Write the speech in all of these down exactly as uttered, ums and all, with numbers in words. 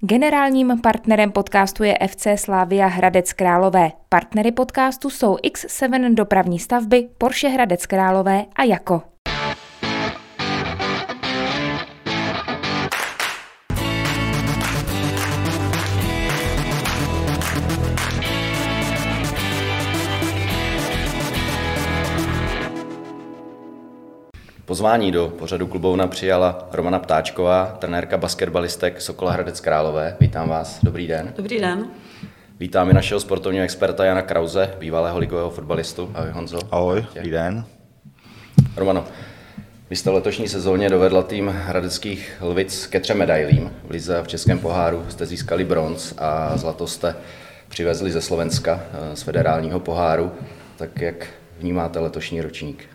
Generálním partnerem podcastu je F C Slavia Hradec Králové. Partnery podcastu jsou X sedm Dopravní stavby, Porsche Hradec Králové a Jako. Pozvání do pořadu Klubouna přijala Romana Ptáčková, trenérka basketbalistek Sokola Hradec Králové. Vítám vás, dobrý den. Dobrý den. Vítám i našeho sportovního experta Jana Krause, bývalého ligového fotbalistu. Ahoj Honzo. Ahoj, dobrý den. Romano, vy jste v letošní sezóně dovedla tým hradeckých Lvic ke třem medailím. V lize a v českém poháru jste získali bronz a zlato jste přivezli ze Slovenska, z federálního poháru. Tak jak vnímáte letošní ročník?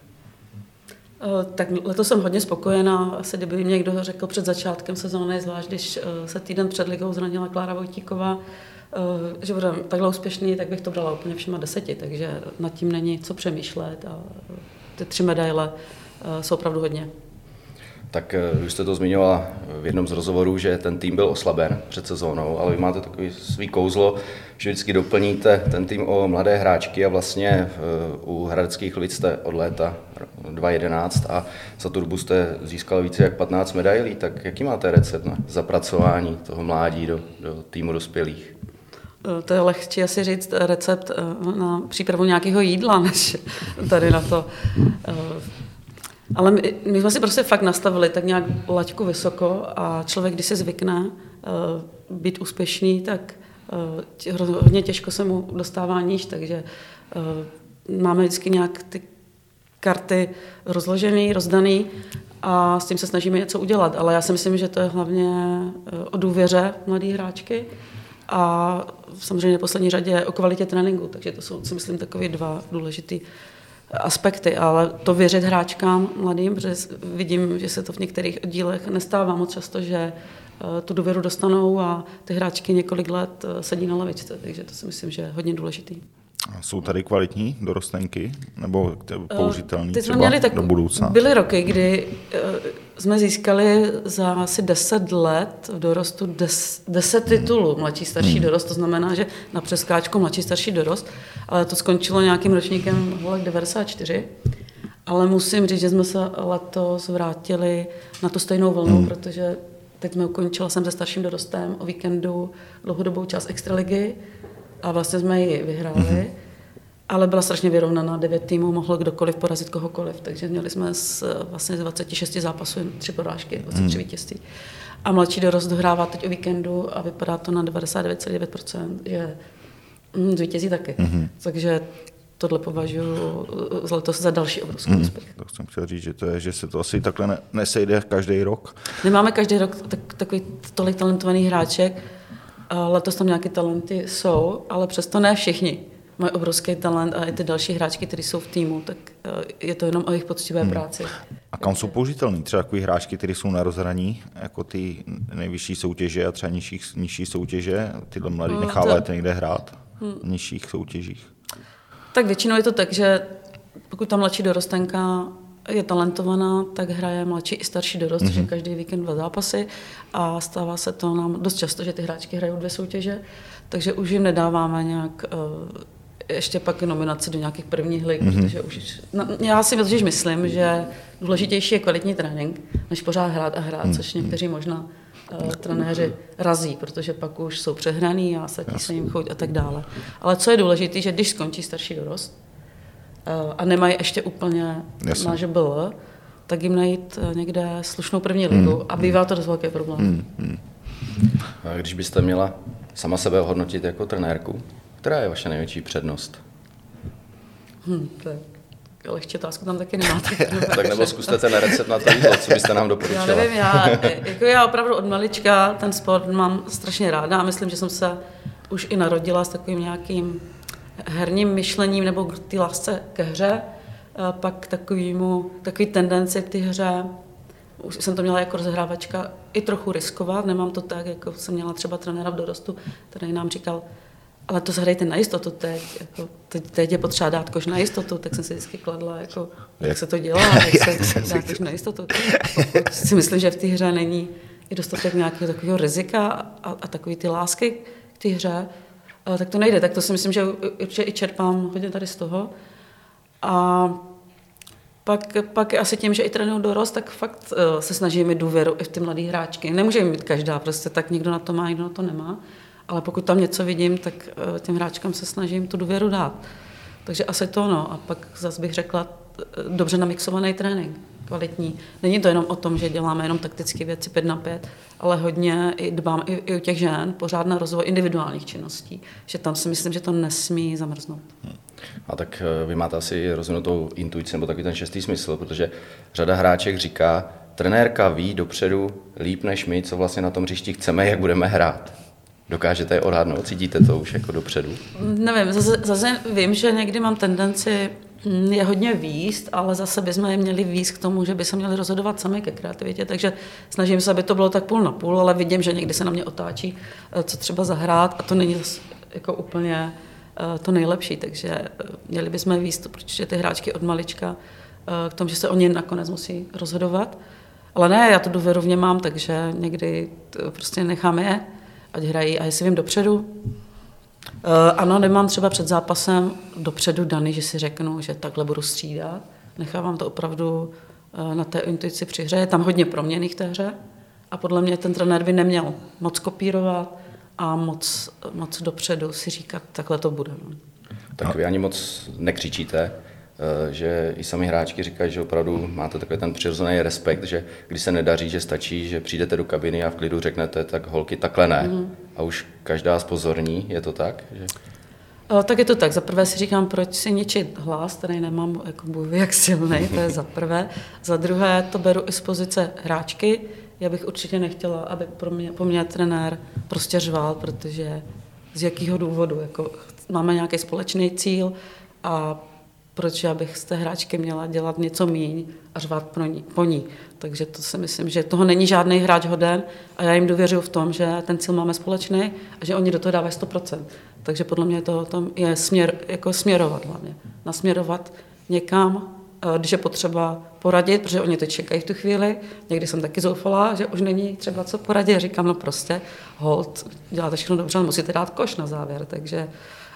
Tak letos jsem hodně spokojená. Asi kdyby mě někdo řekl před začátkem sezóny, zvlášť když se týden před ligou zranila Klára Vojtíková, že budeme takhle úspěšný, tak bych to brala úplně všema deseti, takže nad tím není co přemýšlet a ty tři medaile jsou opravdu hodně. Tak už jste to zmiňovala v jednom z rozhovorů, že ten tým byl oslaben před sezónou, ale vy máte takový svý kouzlo, že vždycky doplníte ten tým o mladé hráčky a vlastně u Hradeckých Lvic jste od léta dva tisíce jedenáct a za tu dobu jste získali více jak patnáct medailí, tak jaký máte recept na zapracování toho mládí do, do týmu dospělých? To je lehčí asi říct recept na přípravu nějakého jídla, než tady na to. Ale my, my jsme si prostě fakt nastavili tak nějak laťku vysoko a člověk, když se zvykne uh, být úspěšný, tak uh, hodně těžko se mu dostává níž, takže uh, máme vždycky nějak ty karty rozložený, rozdaný a s tím se snažíme něco udělat. Ale já si myslím, že to je hlavně uh, o důvěře mladé hráčky a samozřejmě v poslední řadě o kvalitě tréninku, takže to jsou, si myslím, takové dva důležitý aspekty, ale to věřit hráčkám mladým, protože vidím, že se to v některých dílech nestává moc často, že tu důvěru dostanou a ty hráčky několik let sedí na lavičce, takže to si myslím, že je hodně důležitý. Jsou tady kvalitní dorostenky nebo použitelný Ty třeba měli, tak do budoucna? Byly roky, kdy jsme získali za asi deset let v dorostu des, deset titulů mladší starší hmm. dorost, to znamená, že na přeskáčku mladší starší dorost, ale to skončilo nějakým ročníkem holek devadesát čtyři, ale musím říct, že jsme se letos vrátili na tu stejnou vlnu, hmm. protože teď jsme ukončila jsem se starším dorostem o víkendu dlouhodobou část extraligy a vlastně jsme ji vyhráli. Hmm. Ale byla strašně vyrovnaná, devět týmů, mohlo kdokoliv porazit kohokoliv, takže měli jsme z, vlastně z dvaceti šesti zápasů jen tři porážky, dvacet tři vítězství. A mladší dorost dohrává teď o víkendu a vypadá to na devadesát devět celá devět procent, že mm, zvítězí taky. Mm-hmm. Takže tohle považuji letos za další obrovský mm, úspěch. To jsem chtěl říct, že, to je, že se to asi takhle ne, nesejde každý rok. Nemáme každý rok tak, takový tolik talentovaných hráček, letos tam nějaké talenty jsou, ale přesto ne všichni mají obrovský talent a i ty další hráčky, které jsou v týmu, tak je to jenom o jejich poctivé hmm. práci. A kam jsou použitelný? Třeba takový hráčky, které jsou na rozhraní, jako ty nejvyšší soutěže a třeba nižší, nižší soutěže, tyhle mladí necháváte někde hrát v nižších soutěžích? Tak většinou je to tak, že pokud ta mladší dorostenka je talentovaná, tak hraje mladší i starší dorost, mm-hmm. že každý víkend dva zápasy a stává se to nám dost často, že ty hráčky hrajou dvě soutěže, takže už jim nedáváme nějak uh, ještě pak nominaci do nějakých prvních lig, mm-hmm. protože už, no, já si totiž myslím, že důležitější je kvalitní trénink, než pořád hrát a hrát, mm-hmm. což někteří možná uh, trenéři razí, protože pak už jsou přehraný a satí se jim choď a tak dále. Ale co je důležité, že když skončí starší dorost uh, a nemají ještě úplně na žebl, tak jim najít někde slušnou první ligu mm. a bývá to dost velký problém. Mm. A když byste měla sama sebe ohodnotit jako trenérku, která je vaše největší přednost? Hmm, to je lehčí otázku, tam taky nemáte. Tak nebo zkuste ten recept na to jídlo, co byste nám doporučila? Já nevím, já, jako já opravdu od malička ten sport mám strašně ráda a myslím, že jsem se už i narodila s takovým nějakým herním myšlením nebo k té lásce ke hře, pak takovýmu, takový tendenci k té hře. Už jsem to měla jako rozhrávačka i trochu riskovat, nemám to tak, jako jsem měla třeba trenéra v dorostu, který nám říkal, ale to zahrajte na jistotu teď, jako, teď, teď je potřeba dát koš na jistotu, tak jsem si vždycky kladla, jako, jak se to dělá, jak se dá koš na jistotu. Si myslím, že v té hře není i dostatek nějakého takového rizika a, a takové ty lásky k té hře, tak to nejde. Tak to si myslím, že určitě i čerpám hodně tady z toho. A pak, pak asi tím, že i trénuju dorost, tak fakt uh, se snažím mít důvěru i v ty mladé hráčky. Nemůže mít každá, prostě tak někdo na to má, někdo na to nemá. Ale pokud tam něco vidím, tak uh, těm hráčkám se snažím tu důvěru dát. Takže asi to, no. A pak zase bych řekla, uh, dobře namixovaný trénink, kvalitní. Není to jenom o tom, že děláme jenom taktické věci pět na pět, ale hodně i dbám i, i u těch žen pořád na rozvoj individuálních činností. Že tam si myslím, že to nesmí zamrznout. Hmm. A tak vy máte asi rozvinutou intuici nebo takový ten šestý smysl, protože řada hráček říká, trenérka ví dopředu líp než my, co vlastně na tom hřišti chceme, jak budeme hrát. Dokážete je odhadnout? Cítíte to už jako dopředu? Nevím, zase, zase vím, že někdy mám tendenci je hodně výst, ale zase bychom je měli výst k tomu, že by se měli rozhodovat sami ke kreativitě, takže snažím se, aby to bylo tak půl na půl, ale vidím, že někdy se na mě otáčí, co třeba zahrát a to není zase jako úplně to nejlepší, takže měli bychom výst určitě ty hráčky od malička k tomu, že se oni nakonec musí rozhodovat. Ale ne, já tu důvěru v ně mám, takže někdy prostě nechám je, ať hrají a jestli vím dopředu. Ano, nemám třeba před zápasem dopředu daný, že si řeknu, že takhle budu střídat. Nechávám to opravdu na té intuici při hře. Je tam hodně proměnných té hře a podle mě ten trenér by neměl moc kopírovat a moc, moc dopředu si říkat, takhle to bude. Tak vy ani moc nekřičíte, že i sami hráčky říkají, že opravdu máte takový ten přirozený respekt, že když se nedaří, že stačí, že přijdete do kabiny a v klidu řeknete, tak holky, takhle ne. Mm. A už každá zpozorní, je to tak? Že... O, tak je to tak. Za prvé si říkám, proč si ničit hlas, který nemám jako bůh jak silnej, to je za prvé. Za druhé to beru i z pozice hráčky. Já bych určitě nechtěla, aby pro mě, po mně trenér prostě řval, protože z jakého důvodu, jako máme nějaký společný cíl a proč já bych z té hráčky měla dělat něco míň a řvat pro ní, po ní. Takže to si myslím, že toho není žádný hráč hoden a já jim důvěřuji v tom, že ten cíl máme společný a že oni do toho dávají sto procent. Takže podle mě to tam je směr, jako směrovat hlavně. Nasměrovat někam, když je potřeba poradit, protože oni to čekají v tu chvíli. Někdy jsem taky zoufala, že už není třeba co poradit. Říkám, no prostě, hold, děláte všechno dobře, ale musíte dát koš na závěr. Takže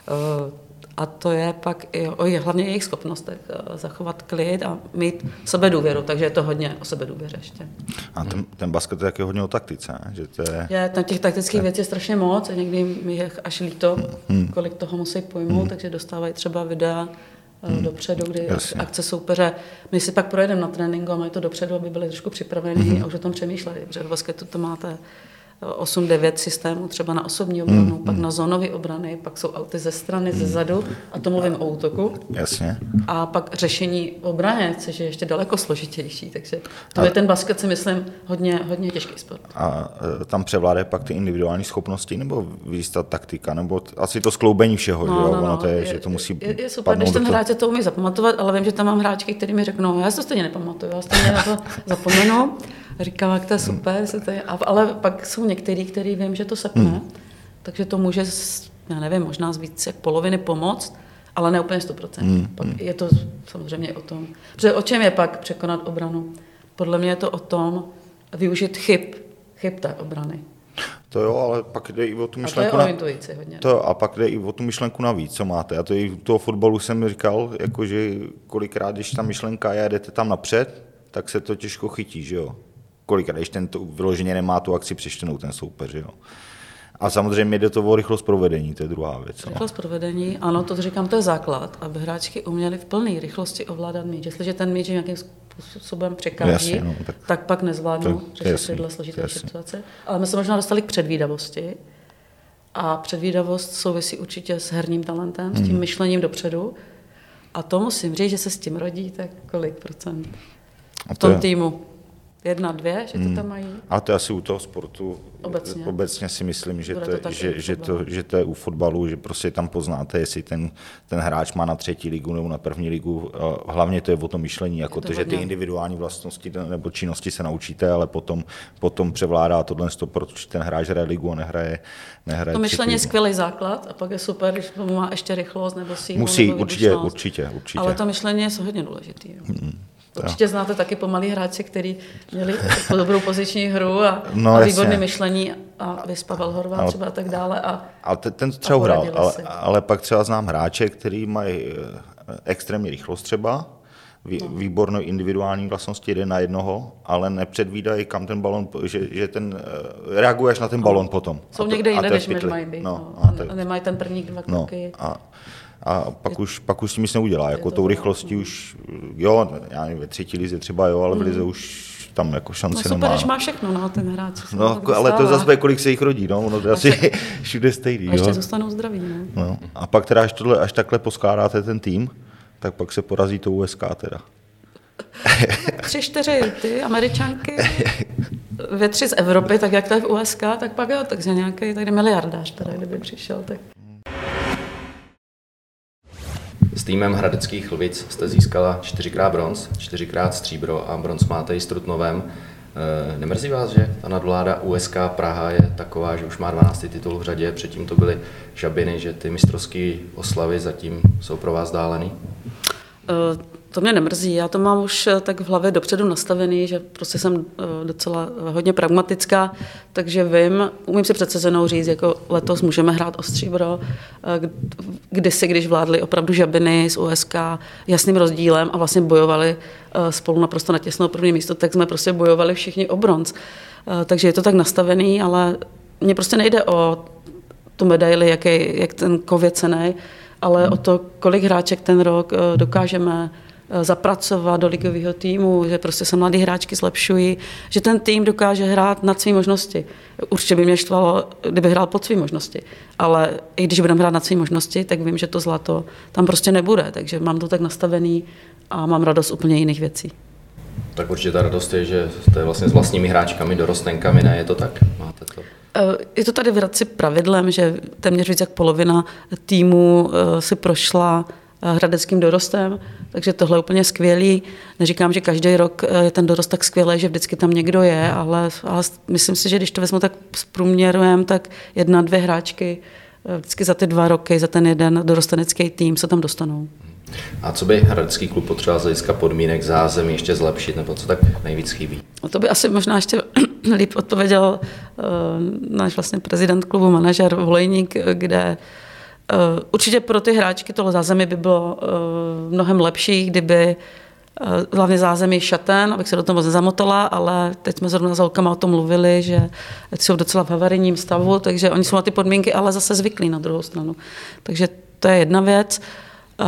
a to je pak i o je, hlavně jejich schopnostech zachovat klid a mít sebedůvěru, takže je to hodně o sebedůvěře ještě. A ten, ten basket je taky hodně o taktice, že to je... je tam těch taktických je... věcí je strašně moc a někdy mi je až líto, hmm. kolik toho musí pojmout, hmm. takže dostávají třeba videa hmm. dopředu, kdy Jasně. akce soupeře. My si pak projedeme na tréninku a mají to dopředu, aby byli trošku připraveni hmm. a už o tom přemýšleli, protože v basketu to máte osm devět systémů třeba na osobní obranu, mm, pak mm. na zónové obrany, pak jsou auty ze strany, mm. ze zadu, a to mluvím o útoku. Jasně. A pak řešení obrany, což je ještě daleko složitější, takže to a, je ten basket, si myslím, hodně, hodně těžký sport. A tam převládají pak ty individuální schopnosti, nebo víc ta taktika, nebo asi to skloubení všeho, no, že, no, no. To je, je, že to musí je, je super, když ten hráč to umí zapamatovat, ale vím, že tam mám hráčky, který mi řeknou, já si to stejně nepamatuju, já stejně na to zapomenu. Říkám, jak to je super, to je, ale pak jsou některý, který vím, že to sepne, hmm. takže to může, já nevím, možná z víc jak poloviny pomoct, ale ne úplně sto procent. Hmm. Pak je to samozřejmě o tom. Protože o čem je pak překonat obranu? Podle mě je to o tom využít chyb, chyb té obrany. To jo, ale pak jde i o tu myšlenku. A to je o intuici hodně. To, a pak jde i o tu myšlenku navíc, co máte. A to i u toho fotbalu jsem říkal, jakože kolikrát, když ta myšlenka je, jdete tam napřed, tak se to těžko chytí, že jo. Kolikrát, když ten to vyloženě nemá tu akci přečtenou, ten soupeř, jo. A samozřejmě jde to o rychlost provedení, to je druhá věc. Rychlost provedení, ano, to říkám, to je základ, aby hráčky uměly v plné rychlosti ovládat míč. Jestliže ten míč nějakým způsobem překáží, jasně, no, tak, tak pak nezvládnu řešit tyhle složité situace. Ale my se možná dostali k předvídavosti a předvídavost souvisí určitě s herním talentem, hmm. s tím myšlením dopředu a to musím říct, že se s tím rodí tak kolik procent v tom týmu. Jedna, dvě, že to tam mají? A to je asi u toho sportu. Obecně. Obecně si myslím, že to, to, že, že, to, že to je u fotbalu, že prostě tam poznáte, jestli ten, ten hráč má na třetí ligu nebo na první ligu. Hlavně to je o tom myšlení, jako to, to že ty individuální vlastnosti nebo činnosti se naučíte, ale potom, potom převládá tohle, proč ten hráč hraje ligu a nehraje, nehraje to myšlení je skvělý základ a pak je super, když má ještě rychlost nebo sílu. Musí, nebo určitě, určitě, určitě. Ale to myšlení je hodně důležitý. Jo. Určitě znáte taky pomalý hráče, kteří měli dobrou poziční hru a, no, a výborné myšlení a Vyspa Velhorová třeba a tak dále. A, ale ten třeba hrál, ale, ale pak třeba znám hráče, který mají extrémní rychlost třeba, vý, no. výbornou individuální vlastnosti jeden na jednoho, ale nepředvídají, kam ten balon, že, že ten, reaguješ na ten no. balon potom. Jsou někde jinde, než mají být. No, no, a, a nemají ten první dva kroky. No, a, A pak už, pak už s tím nic neudělá, jako tou rychlostí už, jo, já nevím, ve třetí lize třeba jo, ale v lize už tam jako šanci no, nemá. No super, má všechno, no, ten hráč. No, ale to zase kolik se jich rodí, no, ono to asi všude stejný, a ještě jo. zůstanou zdraví, no. no. A pak teda, až, tohle, až takhle poskládáte ten tým, tak pak se porazí to U S K teda. Tři, čtyři ty Američanky, dvě, tři z Evropy, tak jak to je v U S K, tak pak jo, takže nějaký tady miliardář teda, kdyby přišel, tak... S týmem Hradeckých Lvic jste získala čtyřikrát bronz, čtyřikrát stříbro a bronz máte i s Trutnovem. Nemrzí vás, že ta nadvláda U S K Praha je taková, že už má dvanáctý titul v řadě, předtím to byly Žabiny, že ty mistrovské oslavy zatím jsou pro vás dálený? Uh... To mě nemrzí, já to mám už tak v hlavě dopředu nastavený, že prostě jsem docela hodně pragmatická, takže vím, umím si před sezónou říct, jako letos můžeme hrát o stříbro, kdysi, když vládli opravdu Žabiny z U S K jasným rozdílem a vlastně bojovali spolu naprosto na těsnou první místo, tak jsme prostě bojovali všichni o bronz. Takže je to tak nastavený, ale mně prostě nejde o tu medaili, jaký, jak ten kov je cenný, ale o to, kolik hráček ten rok dokážeme zapracovat do ligového týmu, že prostě se mladí hráčky zlepšují, že ten tým dokáže hrát nad svý možnosti. Určitě by mě štvalo, kdyby hrál pod svý možnosti, ale i když budeme hrát nad svý možnosti, tak vím, že to zlato tam prostě nebude, takže mám to tak nastavený a mám radost úplně jiných věcí. Tak určitě ta radost je, že jste vlastně s vlastními hráčkami, dorostenkami, ne? Je to tak? Máte to? Je to tady v Hradci pravidlem, že téměř víc jak polovina týmu si prošla hradeckým dorostem, takže tohle je úplně skvělý. Neříkám, že každý rok je ten dorost tak skvělý, že vždycky tam někdo je, ale, ale myslím si, že když to vezmu tak zprůměrujeme, tak jedna, dvě hráčky vždycky za ty dva roky, za ten jeden dorostenecký tým se tam dostanou. A co by hradecký klub potřeboval z hlediska podmínek, zázemí ještě zlepšit, nebo co tak nejvíc chybí? A to by asi možná ještě líp odpověděl uh, náš vlastně prezident klubu, manažer Volejník, kde uh, určitě pro ty hráčky tohle zázemí by bylo uh, mnohem lepší, kdyby uh, hlavně zázemí Šaten, abych se do toho moc nezamotala, ale teď jsme zrovna s holkama o tom mluvili, že jsou docela v havarijním stavu, takže oni jsou na ty podmínky, ale zase zvyklí na druhou stranu. Takže to je jedna věc. Uh,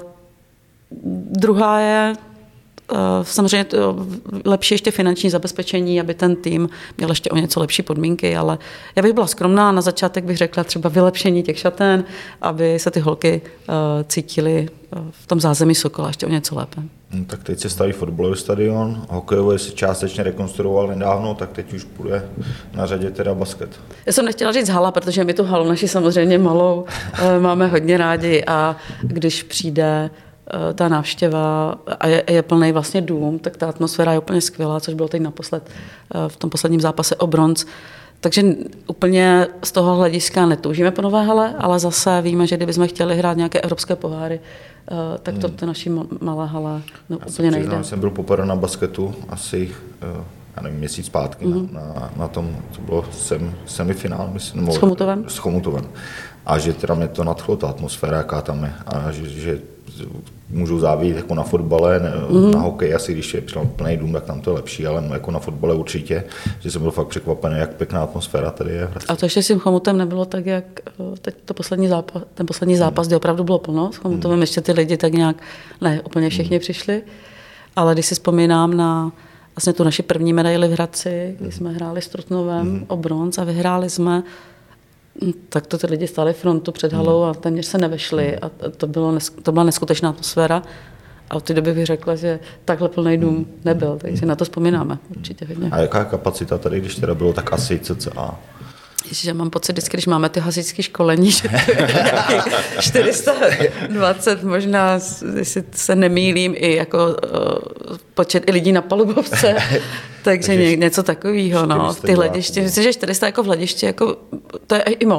druhá je uh, samozřejmě to lepší ještě finanční zabezpečení, aby ten tým měl ještě o něco lepší podmínky, ale já bych byla skromná, na začátek bych řekla třeba vylepšení těch šaten, aby se ty holky uh, cítily uh, v tom zázemí Sokola ještě o něco lépe. No, tak teď se staví fotbalový stadion, hokejový se částečně rekonstruoval nedávno, tak teď už bude na řadě teda basket. Já jsem nechtěla říct hala, protože my tu halu naši samozřejmě malou máme hodně rádi a když přijde ta návštěva a je, je plný vlastně dům, tak ta atmosféra je úplně skvělá, což bylo teď naposled v tom posledním zápase o bronz. Takže úplně z toho hlediska netoužíme po nové hale, ale zase víme, že kdybychom chtěli hrát nějaké evropské poháry, tak to, to naší malé hale no, úplně nejde. Já jsem byl poprvé na basketu asi já nevím, měsíc zpátky mm-hmm. na, na, na tom, to bylo sem, semifinál, myslím. S Chomutovem? S Chomutovem. A že teda mě to nadchlo, ta atmosféra, jaká tam je. A že, že můžou závidět jako na fotbale, ne, mm-hmm. na hokej asi, když je plný dům, tak tam to je lepší, ale jako na fotbale určitě, že jsem byl fakt překvapený, jak pěkná atmosféra tady je. A to ještě s tím Chomutem nebylo tak, jak teď to poslední zápas, ten poslední zápas, kde opravdu bylo plno. S Chomutovem mm. ještě ty lidi tak nějak, ne, úplně všichni mm. přišli, ale když si vzpomínám na vlastně tu naši první medaili v Hradci, kdy jsme hráli s Trutnovem mm. o bronz a vyhráli jsme, tak to ty lidi stáli frontu před halou a téměř se nevešli a to, bylo, to byla neskutečná atmosféra a od té doby bych řekla, že takhle plný dům nebyl, takže na to vzpomínáme určitě hodně. A jaká je kapacita tady, když teda bylo tak asi cca? Ježiš, já mám pocit, vždycky, když máme ty hasičské školení, že to je čtyři sta dvacet, možná, jestli se nemýlím, i jako uh, počet i lidí na palubovce, takže ně, něco takového, no, v ty hlediště. Myslím, že čtyři sta jako v hledišti, jako, to je i moc.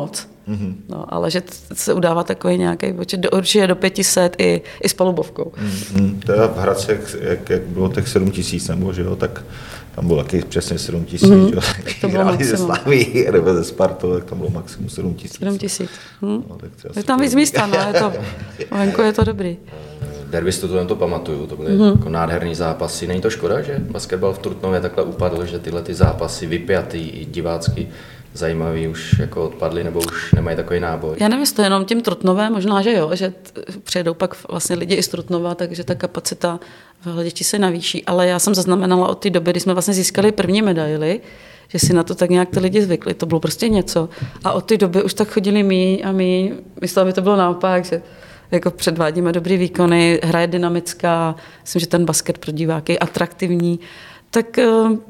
Mm-hmm. No, ale že se udává takový nějaký počet, určitě do pěti set i, i s palubovkou. Mm-hmm. To je v Hradci, jak, jak, jak bylo těch sedm tisíc, nebo že jo, tak tam bylo taky přesně sedm tisíc, mm-hmm. jo. To bylo maximum. Ze Slavii, nebo ze Spartou, tak tam bylo maximum sedm tisíc. sedm tisíc. Hm. No, je tam víc místa, no, je to, venku je to dobrý. Derbystu to jen to pamatuju, to byly mm-hmm. jako nádherný zápasy. Není to škoda, že basketbal v Trutnově takhle upadl, že tyhle ty zápasy vypjatý i divácky zajímavý už jako odpadly, nebo už nemají takový náboj? Já nevím, jestli to jenom tím Trutnovem, možná, že jo, že přijedou pak vlastně lidi i z Trutnova, takže ta kapacita v hledišti se navýší, ale já jsem zaznamenala od té doby, kdy jsme vlastně získali první medaily, že si na to tak nějak ty lidi zvykli, to bylo prostě něco a od té doby už tak chodili míň a míň, myslela by to bylo naopak, že jako předvádíme dobrý výkony, hra je dynamická, myslím, že ten basket pro diváky je atraktivní, tak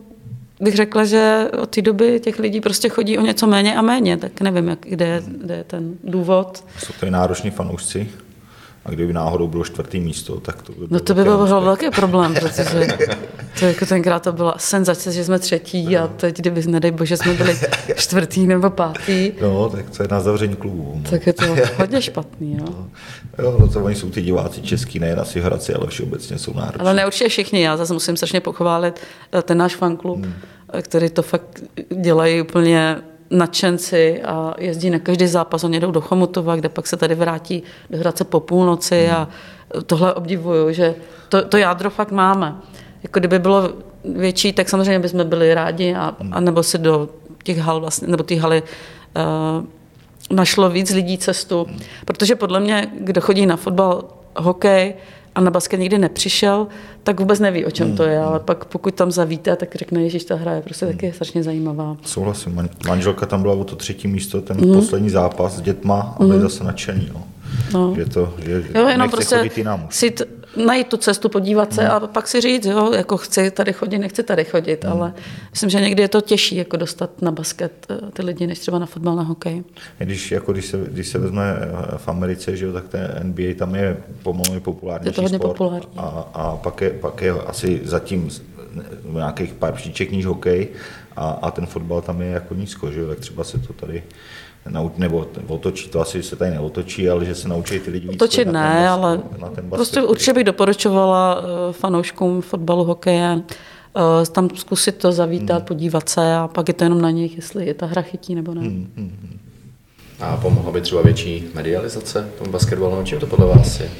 bych řekla, že od té doby těch lidí prostě chodí o něco méně a méně, tak nevím, jak, kde, kde je ten důvod. Jsou to nároční fanoušci a kdyby náhodou bylo čtvrtý místo, tak to by bylo... No to by byl velký problém, protože to jako tenkrát to byla senzace, že jsme třetí a teď, kdyby, nedej bože, jsme byli čtvrtý nebo pátý. No, tak to je na zavření klubu. No. Tak je to hodně špatný, no. no. Jo, no to oni jsou ty diváci český, nejen asi Hradci, ale všeobecně jsou nároční. Ale ne určitě všichni, já zase musím strašně pochválit ten náš fanklub, hmm. který to fakt dělají úplně nadšenci a jezdí na každý zápas, oni jdou do Chomutova, kde pak se tady vrátí do Hradce po půlnoci hmm. a tohle obdivuju, že to, to jádro fakt máme. Jako kdyby bylo větší, tak samozřejmě bychom byli rádi a, a nebo si do těch hal vlastně, nebo ty haly uh, našlo víc lidí cestu, hmm. protože podle mě, kdo chodí na fotbal, hokej a na basket nikdy nepřišel, tak vůbec neví, o čem to je, ale pak pokud tam zavíte, tak řekne, ježiš, ta hra je prostě taky strašně zajímavá. Souhlasím, manželka tam byla o to třetí místo, ten mm. poslední zápas s dětma a byli mm. zase nadšení. No. No. Že to, že jo, jenom prostě si t- najít tu cestu, podívat se mm. a pak si říct, jo, jako chci tady chodit, nechci tady chodit, mm. ale myslím, že někdy je to těžší, jako dostat na basket ty lidi, než třeba na fotbal, na hokej. Když, jako když, se, když se vezme v Americe, že jo, tak ten N B A tam je pomalu populárnější sport. Je to hodně populární. A, a pak, je, pak je asi zatím nějakých pár příček níž hokej a, a ten fotbal tam je jako nízko, že jo, tak třeba se to tady nebo otočí, to asi se tady neotočí, ale že se naučí ty lidi víc. Otočit ne, basket, ale prostě určitě bych doporučovala fanouškům fotbalu, hokeje tam zkusit to zavítat, hmm. podívat se a pak je to jenom na nich, jestli je ta hra chytí nebo ne. Hmm, hmm. A pomohla by třeba větší medializace tomu basketbalu? Čím to podle vás je?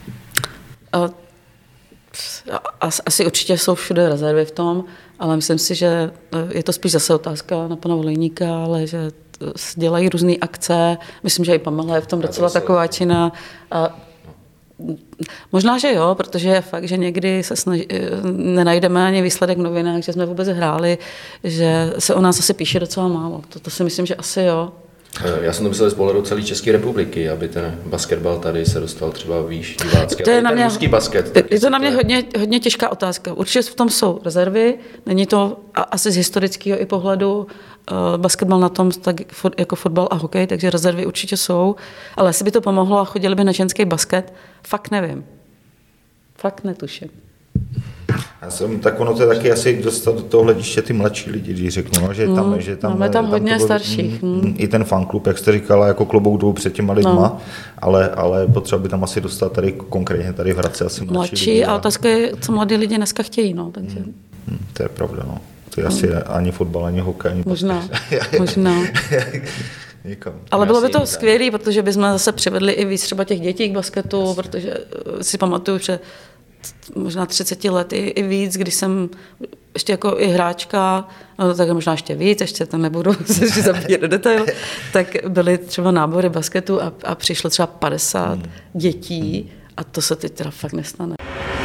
Asi určitě jsou všude rezervy v tom, ale myslím si, že je to spíš zase otázka na pana Volejníka, ale že dělají různé akce. Myslím, že i Pamela je v tom docela taková čina. A možná, že jo, protože je fakt, že někdy se snaží, nenajdeme ani výsledek v novinách, že jsme vůbec hráli, že se o nás asi píše docela málo. To, to si myslím, že asi jo. Já jsem to myslel z pohledu celé České republiky, aby ten basketbal tady se dostal třeba výš divácky. To je na mě, ruský basket. Je to na mě to je... hodně, hodně těžká otázka. Určitě v tom jsou rezervy, není to asi z historického i pohledu uh, basketbal na tom tak jako fotbal a hokej, takže rezervy určitě jsou, ale jestli by to pomohlo a chodili by na ženský basket, fakt nevím. Fakt netuším. Já jsem, tak ono to je taky asi dostat do toho hlediště ty mladší lidi, když řeknu, no, že tam, mm, že tam, máme tam, tam hodně bylo, starších. Mm, I ten fanklub, jak jste říkala, jako klobouk dolů před těma lidma, no. ale, ale potřeba by tam asi dostat tady konkrétně tady v Hradci asi mladší, mladší lidi. A otázka je, co mladí lidi dneska chtějí, no, takže. Mm, mm, to je pravda, no. To je mm. asi ani fotbal, ani hokej, ani možná, možná. Nikam. Ale bylo by to skvělé, protože bychom zase přivedli i víc třeba těch dětí k basketu, jasně. Protože si pamatuju, že možná třicet let i, i víc, když jsem ještě jako i hráčka, no tak možná ještě víc, ještě tam nebudu se zabíjet do detailu, tak byly třeba nábory basketu a, a přišlo třeba padesát hmm. dětí a to se teď teda fakt nestane.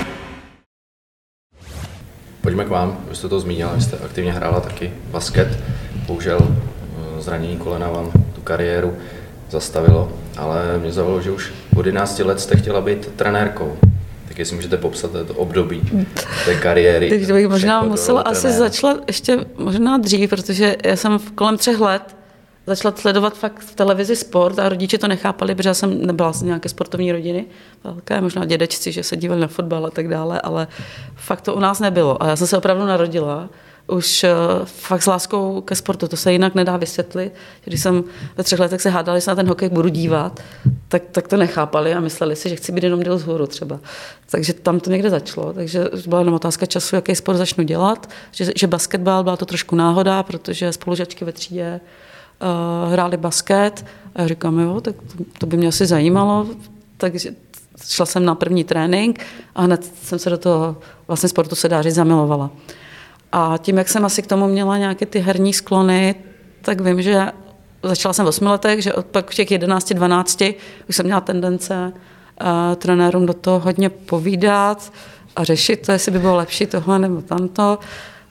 Pojďme k vám, vy jste to zmínila, vy jste aktivně hrála taky basket, bohužel zranění kolena vám tu kariéru zastavilo, ale mě zaujalo, že už od jedenácti let jste chtěla být trenérkou. Tak jestli můžete popsat to období té kariéry. Takže bych možná musela asi začala ještě možná dřív, protože já jsem kolem třech let začala sledovat fakt v televizi sport a rodiče to nechápali, protože já jsem nebyla z nějaké sportovní rodiny, velké, možná dědečci, že se dívali na fotbal a tak dále, ale fakt to u nás nebylo. A já jsem se opravdu narodila už fakt s láskou ke sportu. To se jinak nedá vysvětlit. Když jsem ve třech letech se hádali, že se na ten hokej budu dívat, tak, tak to nechápali a mysleli si, že chci být jenom děl vzhůru třeba. Takže tam to někde začalo. Takže byla jenom otázka času, jaký sport začnu dělat. Že, že basketbal byla to trošku náhoda, protože spolužačky ve třídě uh, hráli basket. A já říkám, jo, tak to, to by mě asi zajímalo. Takže šla jsem na první trénink a hned jsem se do toho vlastně sportu, se dá říct, zamilovala. A tím, jak jsem asi k tomu měla nějaké ty herní sklony, tak vím, že začala jsem v osmi letech, že pak v těch jedenácti, dvanácti už jsem měla tendence uh, trenérům do toho hodně povídat a řešit to, jestli by bylo lepší tohle nebo tamto.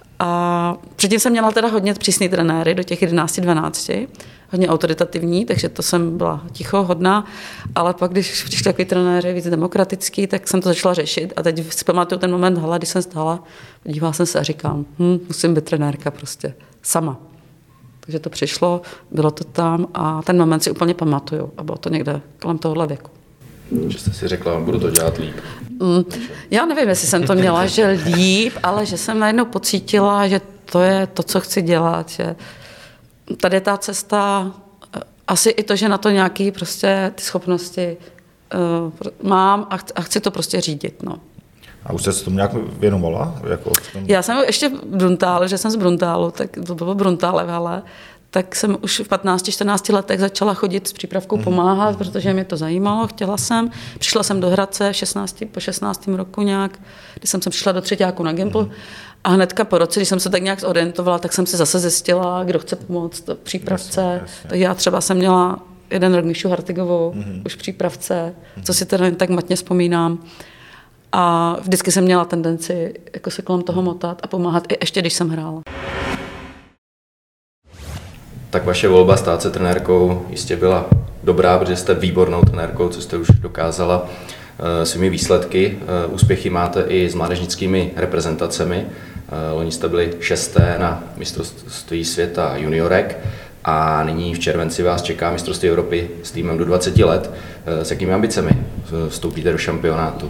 A předtím jsem měla teda hodně přísný trenéry do těch jedenácti, dvanácti, hodně autoritativní, takže to jsem byla ticho, hodná, ale pak, když přišli takový trenéři víc demokratický, tak jsem to začala řešit a teď si pamatuju ten moment, hala, když jsem stála, podívala jsem se a říkám, hm, musím být trenérka prostě, sama. Takže to přišlo, bylo to tam a ten moment si úplně pamatuju a bylo to někde kolem tohohle věku. Že jste si řekla, budu to dělat líp. Mm, já nevím, jestli jsem to měla, že líp, ale že jsem najednou pocítila, že to je to, co chci dělat, že tady ta cesta, asi i to, že na to nějaké prostě ty schopnosti uh, mám a chci, a chci to prostě řídit, no. A už jste se tomu nějak věnovala? Jako Já jsem ještě v Bruntálu, že jsem z Bruntálu, tak to bylo Bruntále v hale, tak jsem už v patnácti, čtrnácti letech začala chodit s přípravkou pomáhat, mm. protože mě to zajímalo, chtěla jsem. Přišla jsem do Hradce šestnácti, po šestnáctém roku nějak, když jsem sem přišla do třetíku na Gimpl mm. a hnedka po roce, když jsem se tak nějak zorientovala, tak jsem si zase zjistila, kdo chce pomoct v přípravce. Jasně, jasně. Tak já třeba jsem měla jeden rok Míšu Hartigovou mm. už v přípravce, mm. co si teda jen tak matně vzpomínám. A vždycky jsem měla tendenci jako se kolem toho motat a pomáhat, i ještě když jsem hrála. Tak vaše volba stát se trenérkou jistě byla dobrá, protože jste výbornou trenérkou, co jste už dokázala svými výsledky. Úspěchy máte i s mládežnickými reprezentacemi. Loni jste byli šesté na mistrovství světa juniorek a nyní v červenci vás čeká mistrovství Evropy s týmem do dvaceti let. S jakými ambicemi vstoupíte do šampionátu?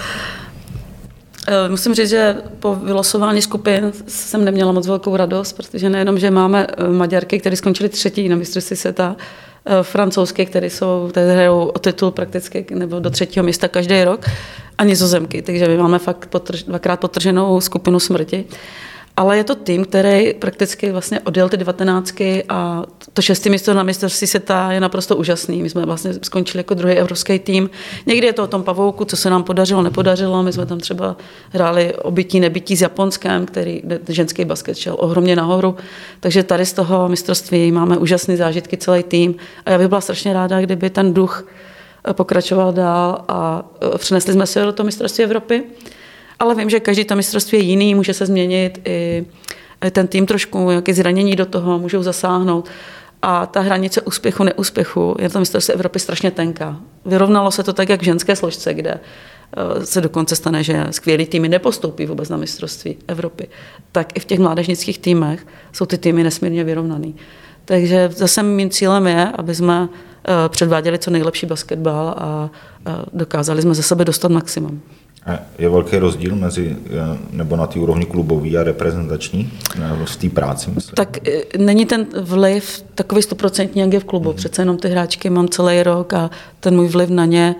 Musím říct, že po vylosování skupin jsem neměla moc velkou radost, protože nejenom, že máme Maďarky, které skončily třetí na mistrovství světa, francouzské, které jsou, které hrajou o titul prakticky nebo do třetího místa každý rok, a Nizozemky, takže my máme fakt potrž, dvakrát potrženou skupinu smrti. Ale je to tým, který prakticky vlastně odjel ty devatenáctky a to šestý místo na mistrovství světa je naprosto úžasný. My jsme vlastně skončili jako druhý evropský tým. Někdy je to o tom pavouku, co se nám podařilo, nepodařilo. My jsme tam třeba hráli obytí, nebytí s Japonskem, který ženský basket šel ohromně nahoru. Takže tady z toho mistrovství máme úžasné zážitky, celý tým. A já bych byla strašně ráda, kdyby ten duch pokračoval dál a přinesli jsme se do toho mistrovství Evropy. Ale vím, že každý to mistrovství je jiný, může se změnit i ten tým trošku, nějaké zranění do toho, můžou zasáhnout. A ta hranice úspěchu, neúspěchu je to mistrovství Evropy strašně tenká. Vyrovnalo se to tak, jak v ženské složce, kde se dokonce stane, že skvělý týmy nepostoupí vůbec na mistrovství Evropy. Tak i v těch mládežnických týmech jsou ty týmy nesmírně vyrovnaný. Takže zase mým cílem je, aby jsme předváděli co nejlepší basketbal a dokázali jsme ze sebe dostat maximum. Je velký rozdíl mezi, nebo na té úrovni klubový a reprezentační v té práci, myslím? Tak není ten vliv takový stoprocentní, jak je v klubu. Mm. Přece jenom ty hráčky mám celý rok a ten můj vliv na ně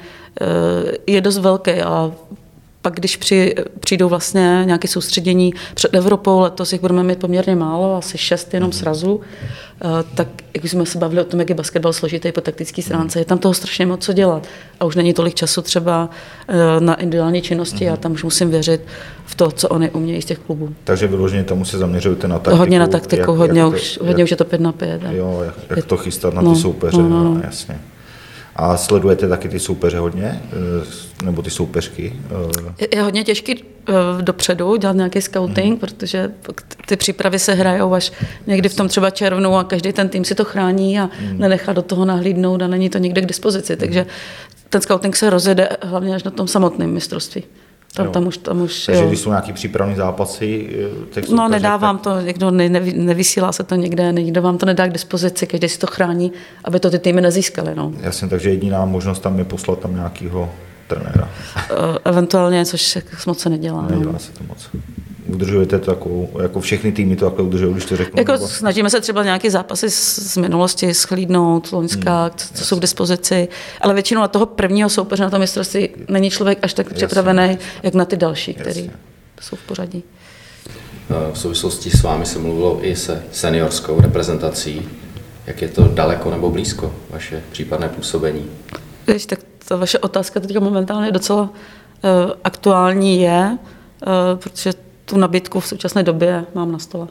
je dost velký. A pak, když při, přijdou vlastně nějaké soustředění před Evropou, letos jich budeme mít poměrně málo, asi šest jenom srazů, tak jak jsme se bavili o tom, jak je basketbal složitý po taktické stránce, je tam toho strašně moc co dělat. A už není tolik času třeba na individuální činnosti, já tam už musím věřit v to, co oni umějí z těch klubů. Takže vyloženě tam se zaměřujete na taktiku? Hodně na taktiku, jak, hodně, jak už, to, hodně jak, už je to pět na pět. Jo, jak, jak to chystat na ty no, soupeře, no, no. No, jasně. A sledujete taky ty soupeře hodně? Nebo ty soupeřky? Je hodně těžký dopředu dělat nějaký scouting, hmm. protože ty přípravy se hrajou až někdy v tom třeba červnu a každý ten tým si to chrání a hmm. nenechá do toho nahlídnout a není to nikde k dispozici. Hmm. Takže ten scouting se rozjede hlavně až na tom samotném mistrovství. Tam, tam už, tam už, Takže jo. Když jsou nějaký přípravní zápasy? Tak no nedávám tak... to, někdo ne, nevysílá se to někde, někdo vám to nedá k dispozici, každý si to chrání, aby to ty týmy nezískaly. No. Jasně, takže jediná možnost tam je poslat tam nějakého trenéra. Eventuálně, což moc se nedělá. Nedělá no. se to moc. udržujete to jako, jako všechny týmy to takhle udržují, když to řeknu? Jako nebo... Snažíme se třeba nějaké zápasy z, z minulosti schlídnout, loňská, hmm, co, co jsou k dispozici, ale většinou na toho prvního soupeře na tom mistrovství není člověk až tak připravený, jak na ty další, které jsou v pořadí. V souvislosti s vámi se mluvilo i se seniorskou reprezentací. Jak je to daleko nebo blízko, vaše případné působení? Víš, tak ta vaše otázka teďka momentálně docela uh, aktuální je, uh, protože tu nabídku v současné době mám na stole.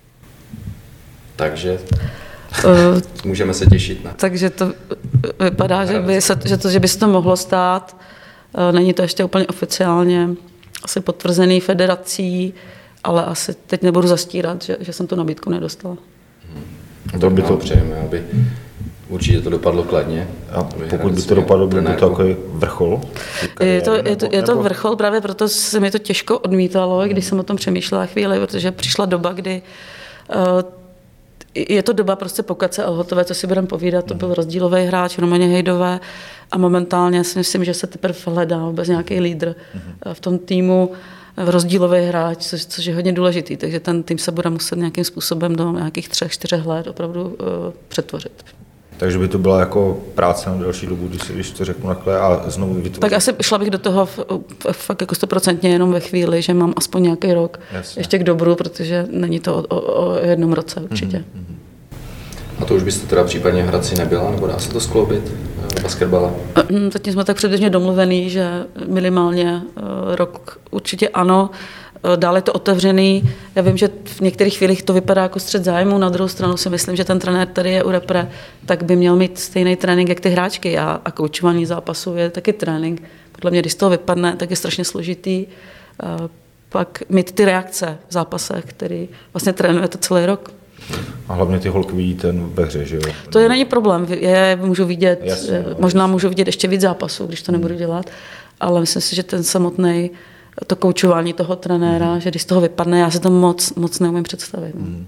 Takže uh, můžeme se těšit na... Takže to vypadá, že by, se, že, to, že by se to mohlo stát. Uh, není to ještě úplně oficiálně asi potvrzený federací, ale asi teď nebudu zastírat, že, že jsem tu nabídku nedostala. Hmm. To by to přejeme, aby určitě to dopadlo kladně. A pokud by to dopadlo, by to takový vrchol? Je to, je, to, je to vrchol, právě proto se mi to těžko odmítalo, když jsem o tom přemýšlela chvíli, protože přišla doba, kdy uh, je to doba prostě Pokace a Lhotové, co si budeme povídat, to byl rozdílový hráč, Romaně Hejdové a momentálně si myslím, že se teprve hledá vůbec nějaký lídr v tom týmu, rozdílový hráč, což, což je hodně důležitý, takže ten tým se bude muset nějakým způsobem do nějakých třech, čtyřech let opravdu uh, přetvořit. Takže by to byla jako práce na další dobu, když, když to řeknu takhle a znovu vytvořit. Tak asi šla bych do toho v, v, fakt jako stoprocentně jenom ve chvíli, že mám aspoň nějaký rok Jasně. ještě k dobru, protože není to o, o, o jednom roce určitě. Mm-hmm. A to už byste teda případně v Hradci nebyla, nebo dá se to skloubit basketbala? Zatím jsme tak předběžně domluvený, že minimálně rok určitě ano. Dále je to otevřený. Já vím, že v některých chvílích to vypadá jako střet zájmu, na druhou stranu si myslím, že ten trenér, který je u repre, tak by měl mít stejný trénink, jak ty hráčky a, a koučování zápasů je taky trénink. Podle mě, když z toho vypadne, tak je strašně složitý pak mít ty reakce v zápasech, který vlastně trénujete celý rok. A hlavně ty holky vidí ten ve hře, že jo? To je není problém, je můžu vidět, jasně, možná jasně. můžu vidět ještě víc zápasů, když to nebudu dělat, ale myslím si, že ten samotný to koučování toho trenéra, mm. že když z toho vypadne, já si to moc, moc neumím představit. Mm.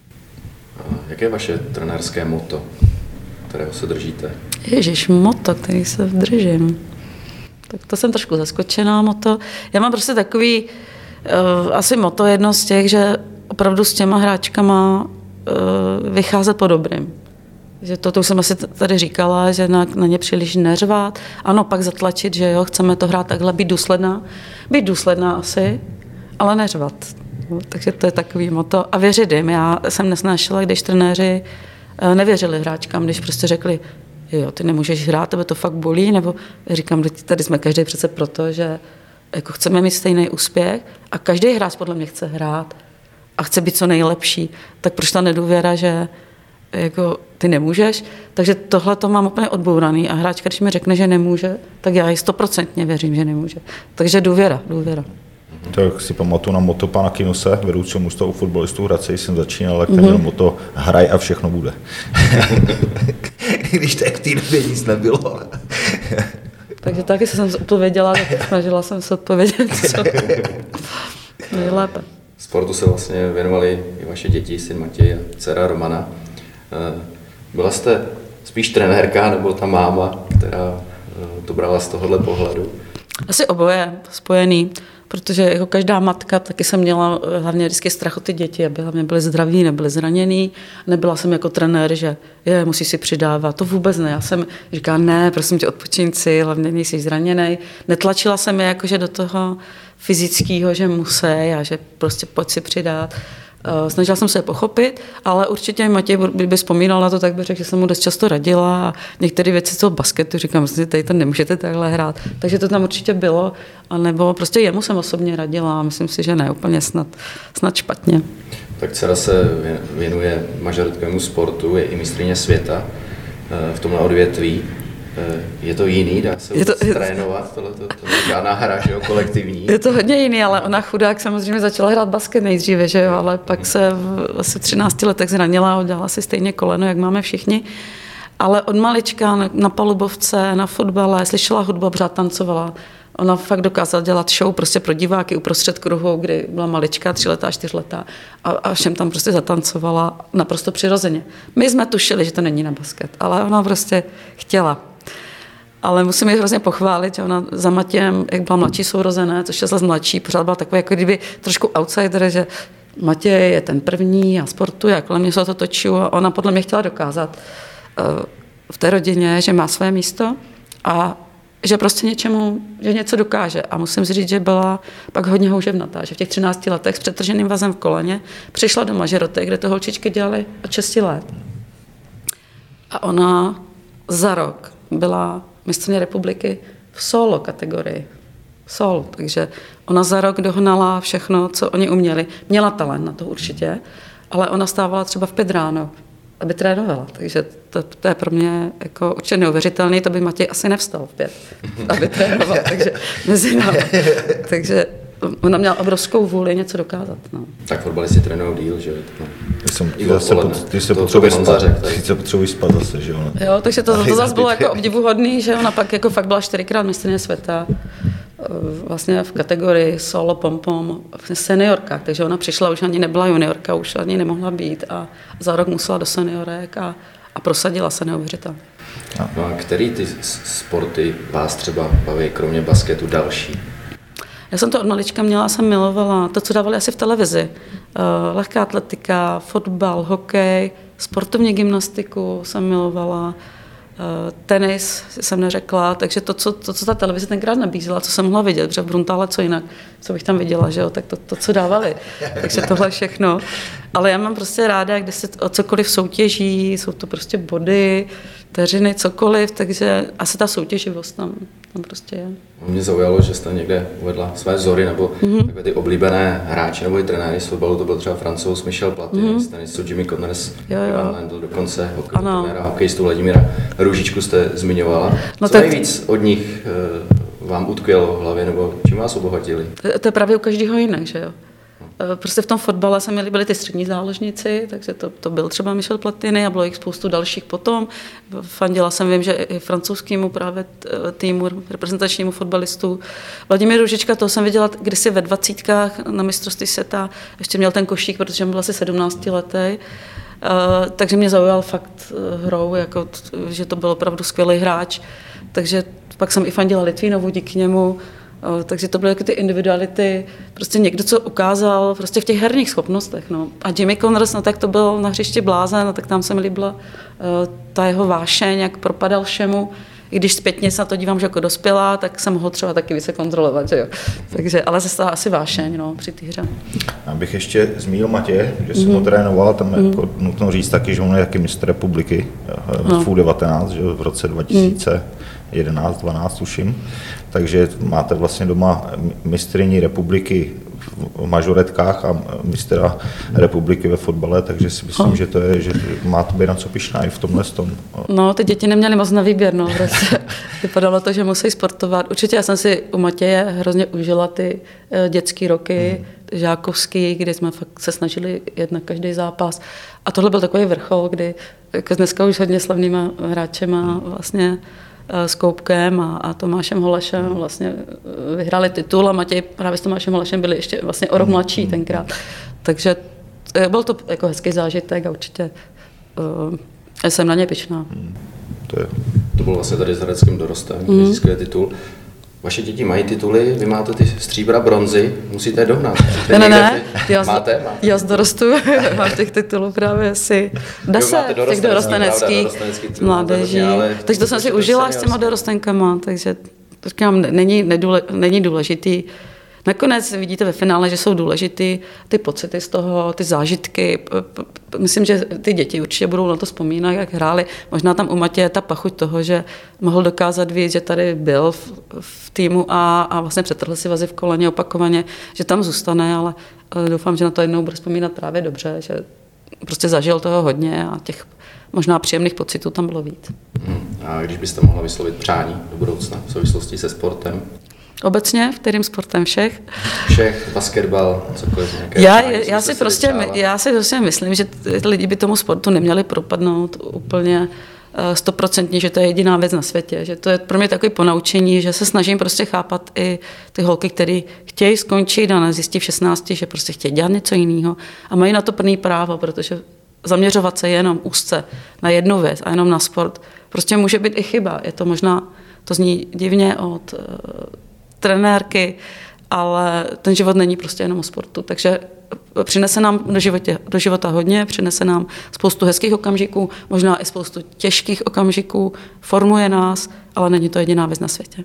A jaké je vaše trenérské motto, kterého se držíte? Ježiš, motto, který se držím. Tak to jsem trošku zaskočená, motto. Já mám prostě takový uh, asi motto jedno z těch, že opravdu s těma hráčkama uh, vycházet po dobrým. Že to, to už jsem asi tady říkala, že na, na ně příliš neřvát. Ano, pak zatlačit, že jo, chceme to hrát takhle, být důsledná. Být důsledná asi, ale neřvat. No, takže to je takový motto. A věřit jim. Já jsem nesnášela, když trenéři uh, nevěřili hráčkám, když prostě řekli, jo, ty nemůžeš hrát, tebe to fakt bolí, nebo říkám, tady jsme každý přece proto, že jako chceme mít stejný úspěch a každý hráč podle mě chce hrát a chce být co nejlepší, tak proč ta nedůvěra, že jako ty nemůžeš? Takže tohle to mám úplně odbouraný a hráčka, když mi řekne, že nemůže, tak já ji stoprocentně věřím, že nemůže. Takže důvěra, důvěra. Tak si pamatuju na moto pana Kinuse, vedoucího mužstva u fotbalistů v Hradci, jsem začínal, jak ten měl moto hraj a všechno bude. Když tak v té době nic nebylo. Takže taky jsem odpověděla, tak snažila jsem se odpovědět co nejlépe. Sportu se vlastně věnovali i vaše děti, syn Matěj a dcera Romana. Byla jste spíš trenérka nebo ta máma, která to brala z tohohle pohledu? Asi oboje spojený, protože jako každá matka taky jsem měla hlavně vždycky strach o ty děti, aby hlavně byly zdraví, nebyly zraněný. Nebyla jsem jako trenér, že je, musí si přidávat. To vůbec ne. Já jsem říkala, ne, prosím tě, odpočiň si, hlavně nejsi zraněnej. Netlačila jsem je jakože do toho fyzického, že musí a že prostě pojď si přidat. Snažila jsem se je pochopit, ale určitě Matěj, kdyby vzpomínal na to, tak bych řekl, že jsem mu dost často radila a některé věci z toho basketu říkám, myslím, tady to nemůžete takhle hrát. Takže to tam určitě bylo, anebo prostě jemu jsem osobně radila a myslím si, že ne úplně snad, snad špatně. Tak dcera se věnuje mažoritkovému sportu, je i mistryně světa v tomhle odvětví. Je to jiný, dá se je to, trénovat, tohle to, to je žádná hra, že jo, kolektivní. Je to hodně jiný, ale ona chudák samozřejmě začala hrát basket nejdříve, že jo, ale pak se v asi třinácti letech zranila a udělala si stejně koleno, jak máme všichni. Ale od malička na, na palubovce, na fotbale, slyšela hudbu, pořád tancovala. Ona fakt dokázala dělat show prostě pro diváky uprostřed kruhu, kdy byla malička, třiletá, čtyřletá a, a všem tam prostě zatancovala naprosto přirozeně. My jsme tušili, že to není na basket, ale ona prostě chtěla. Ale musím ji hrozně pochválit, že ona za Matějem, jak byla mladší sourozené, což je zase mladší, pořád byla takový jako kdyby trošku outsider, že Matěj je ten první a sportuje a kolem mě se to točí a ona podle mě chtěla dokázat v té rodině, že má své místo a že prostě něčemu, že něco dokáže. A musím si říct, že byla pak hodně houževnatá, že v těch třinácti letech s přetrženým vazem v koleně přišla do Mažeroty, kde to holčičky dělaly od šesti let. A ona za rok byla mistryně republiky v solo kategorii. Solo, takže ona za rok dohnala všechno, co oni uměli. Měla talent na to určitě, ale ona stávala třeba v pět ráno, aby trénovala. Takže to, to je pro mě jako určitě neuvěřitelný, to by Matěj asi nevstal v pět, aby trénoval. Takže mezi námi. Takže ona měla obrovskou vůli něco dokázat. No. Tak fotbalisti trénují díl, že? No. Jsem, se pot, ty se potřebuješ spát, ty se potřebuješ spát zase, že ona. Jo, takže to, to zase bylo jako obdivuhodný, že ona pak jako fakt byla čtyřikrát mistryně světa. Vlastně v kategorii solo pom-pom v seniorkách, takže ona přišla, už ani nebyla juniorka, už ani nemohla být a za rok musela do seniorek a, a prosadila se neuvěřitelně. No a který ty sporty vás třeba baví, kromě basketu, další? Já jsem to od malička měla, jsem milovala to, co dávali asi v televizi. Uh, lehká atletika, fotbal, hokej, sportovní gymnastiku jsem milovala, uh, tenis jsem neřekla, takže to co, to, co ta televize tenkrát nabízela, co jsem mohla vidět, protože v Bruntále co jinak, co bych tam viděla, že jo, tak to, to co dávali. Takže tohle všechno. Ale já mám prostě ráda, kde se o cokoliv soutěží, jsou to prostě body, vteřiny, cokoliv, takže asi ta soutěživost tam, tam prostě je. Mě zaujalo, že jste někde uvedla své vzory, nebo mm-hmm. takové ty oblíbené hráči nebo i trenéry z fotbalu, to byl třeba Francouz Michel Platini, mm-hmm. z tenistu Jimmy Connors, Ivan Lendl, dokonce hokej, trenéra hokejistu Vladimíra Růžičku jste zmiňovala. No co tak... nejvíc od nich uh, vám utkvělo v hlavě, nebo čím vás obohatili? To, to je právě u každého jinak, že jo? Prostě v tom fotbale se měli byli ty střední záložníci, takže to, to byl třeba Michel Platini a bylo jich spoustu dalších potom. Fandila jsem, vím, že i francouzskému právě týmu, reprezentačnímu fotbalistu. Vladimír Růžička, toho jsem viděla kdysi ve dvacítkách na mistrovství světa, ještě měl ten košík, protože byl asi sedmnáctiletý. Uh, takže mě zaujal fakt hrou, jako, že to byl opravdu skvělý hráč. Takže pak jsem i fandila Litvínovu díky němu. Takže to byly jako ty individuality, prostě někdo, co ukázal prostě v těch herních schopnostech. No. A Jimmy Connors, no tak to byl na hřišti blázen, no, tak tam se mi líbila uh, ta jeho vášeň, jak propadal všemu. I když zpětně se na to dívám, že jako dospělá, tak jsem ho třeba taky více kontrolovat, že jo. Takže, ale zase asi vášeň, no, při té hře. Já bych ještě zmínil Matěje, že jsem mm. ho trénovala, tam je mm. jako nutno říct taky, že on je taky mistr republiky no. v U devatenáct, že v roce dva tisíce jedenáct dvanáct tuším. Takže máte vlastně doma mistryni republiky v mažoretkách a mistra republiky ve fotbale, takže si myslím, oh. že to je, že máte být na co pyšná i v tomhle tom. No, ty děti neměly moc na výběr, no, prostě. Vypadalo to, že musí sportovat. Určitě já jsem si u Matěje hrozně užila ty dětské roky, hmm. žákovský, kdy jsme fakt se snažili jet na každý zápas. A tohle byl takový vrchol, kdy jako dneska už hodně slavnýma hráčema vlastně s Koupkem a, a Tomášem Holešem vlastně vyhráli titul a Matěj právě s Tomášem Holešem byli ještě vlastně o rok mladší tenkrát. Takže byl to jako hezký zážitek a určitě uh, jsem na ně pyšná. To, je. To bylo vlastně tady s Hradeckým dorostem, který mm. získali titul. Vaše děti mají tituly, vy máte ty stříbra, bronzy, musíte je dohnat. Ne, ne, ne, já, máte? máte? Já z dorostu mám těch titulů právě asi deset, těch dorosteneckých mládeží. Takže to jsem si užila s těma dorostenkama, takže to říkám, není, nedůle, není důležitý. Nakonec vidíte ve finále, že jsou důležitý ty pocity z toho, ty zážitky. Myslím, že ty děti určitě budou na to vzpomínat, jak hráli. Možná tam u Matěje ta pachuť toho, že mohl dokázat víc, že tady byl v, v týmu a, a vlastně přetrhl si vazy v koleně opakovaně, že tam zůstane, ale doufám, že na to jednou bude vzpomínat právě dobře, že prostě zažil toho hodně a těch možná příjemných pocitů tam bylo víc. A když byste mohla vyslovit přání do budoucna v souvislosti se sportem? Obecně, v kterým sportem všech? Všech, basketbal, cokoliv nějaké. Já, já, si prostě, já si prostě myslím, že lidi by tomu sportu neměli propadnout úplně stoprocentně, že to je jediná věc na světě. Že to je pro mě takový ponaučení, že se snažím prostě chápat i ty holky, které chtějí skončit a zjistí v šestnácti, že prostě chtějí dělat něco jiného a mají na to plný právo, protože zaměřovat se jenom úzce na jednu věc a jenom na sport prostě může být i chyba. Je to možná, to zní divně od uh, trenérky, ale ten život není prostě jenom o sportu. Takže přinese nám do, životě, do života hodně, přinese nám spoustu hezkých okamžiků, možná i spoustu těžkých okamžiků, formuje nás, ale není to jediná věc na světě.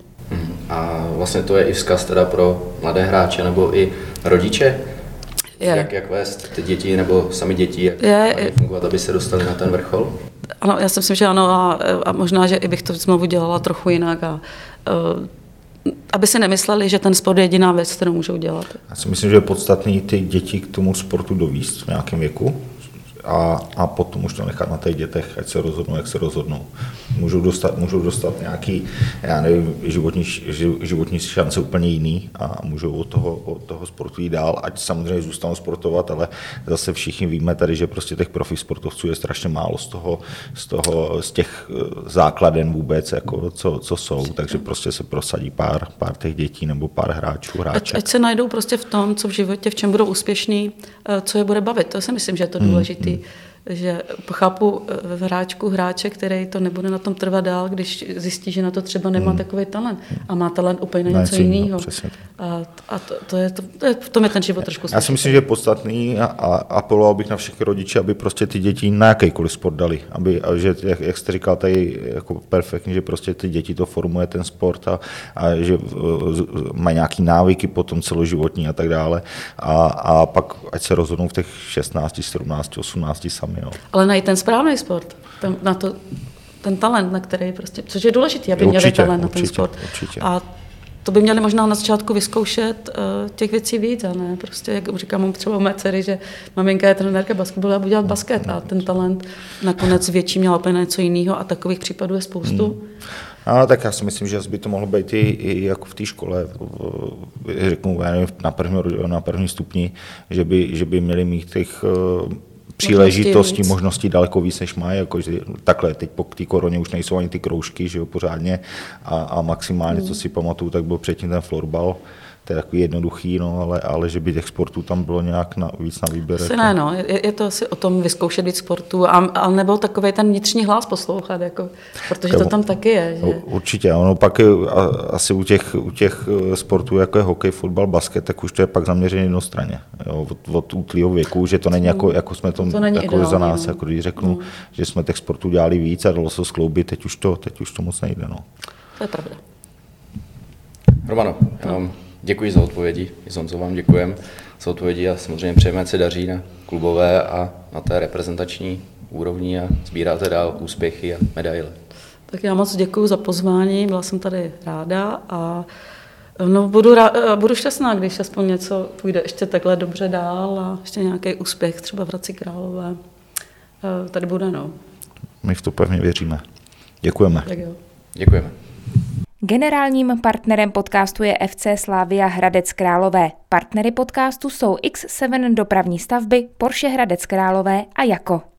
A vlastně to je i vzkaz teda pro mladé hráče nebo i rodiče? Je. Jak, jak vést ty děti nebo sami děti, jak je, mají fungovat, aby se dostali na ten vrchol? Ano, já si myslím, že ano a, a možná, že i bych to znovu dělala trochu jinak a uh, aby si nemysleli, že ten sport je jediná věc, kterou můžou dělat. Já si myslím, že je podstatný ty děti k tomu sportu dovíst v nějakém věku a, a potom už to nechat na těch dětech, ať se rozhodnou, jak se rozhodnou. Můžou dostat, můžou dostat nějaký, já nevím, životní, životní šance úplně jiný a můžou od toho, od toho sportu jít dál, ať samozřejmě zůstanou sportovat, ale zase všichni víme tady, že prostě těch profi sportovců je strašně málo z toho, z toho, z těch základen vůbec, jako co, co jsou, takže prostě se prosadí pár, pár těch dětí nebo pár hráčů, hráček. Ať, ať se najdou prostě v tom, co v životě, v čem budou úspěšní, co je bude bavit, to si myslím, že je to důležité. Hmm. Že pochápu v hráčku hráče, který to nebude na tom trvat dál, když zjistí, že na to třeba nemá hmm. takový talent a má talent úplně na něco jiného. A, a to, to, je, to, to je, v tom je ten život trošku složitý. Já si myslím, že je podstatný a, a apeloval bych na všechny rodiče, aby prostě ty děti na jakýkoliv sport dali. Aby, a že, jak, jak jste říkal tady jako perfektně, že prostě ty děti to formuje ten sport a, a že mají nějaký návyky potom celoživotní a tak dále. A, a pak ať se rozhodnou v těch šestnácti, sedmnácti, osmnácti sami. No. Ale najít ten správný sport, ten, na to, ten talent, na který prostě, což je důležité, aby měli talent na ten určitě, sport. Určitě. A to by měli možná na začátku vyzkoušet uh, těch věcí víc, a ne prostě, jak říkám třeba u mé dcery, že maminka je trenérka basketbalu a bude dělat basket a ten talent nakonec větší měla úplně něco jiného a takových případů je spoustu. Hmm. No, tak já si myslím, že by to mohlo být i, i jako v té škole, řeknu, já nevím, na první, na první stupni, že by, že by měli mít těch příležitosti, možností daleko víc, než mají, jakože takhle, teď po té koroně už nejsou ani ty kroužky, že jo, pořádně a, a maximálně, mm. co si pamatuju, tak byl předtím ten florbal, to je takový jednoduchý, no, ale, ale že by těch sportů tam bylo nějak na, víc na výběr. Asi ne, no, je, je to asi o tom vyzkoušet víc sportů a, a nebo takovej ten vnitřní hlas poslouchat, jako, protože to tam taky je. Že? Určitě, ono pak asi u těch, u těch sportů, jako je hokej, fotbal, basket, tak už to je pak zaměřené jednostranně, jo, od, od útlýho věku, že to není jako, jako jsme to, to jako ideální, za nás, no. Jako když řeknu, no. Že jsme těch sportů dělali víc a dalo se skloubit, teď už to, teď už to moc nejde. No. To je pravda. Romano, já vám děkuji za odpovědi, i Zonzo vám děkujem za odpovědi a samozřejmě přejeme, se daří na klubové a na té reprezentační úrovni a sbíráte dál úspěchy a medaile. Tak já moc děkuji za pozvání, byla jsem tady ráda a no, budu, rá, budu šťastná, když aspoň něco půjde ještě takhle dobře dál a ještě nějaký úspěch třeba v Hradci Králové. Tady bude, no. My v to pevně věříme. Děkujeme. Tak jo. Děkujeme. Generálním partnerem podcastu je F C Slavia Hradec Králové. Partnery podcastu jsou X sedm Dopravní stavby, Porsche Hradec Králové a Jako.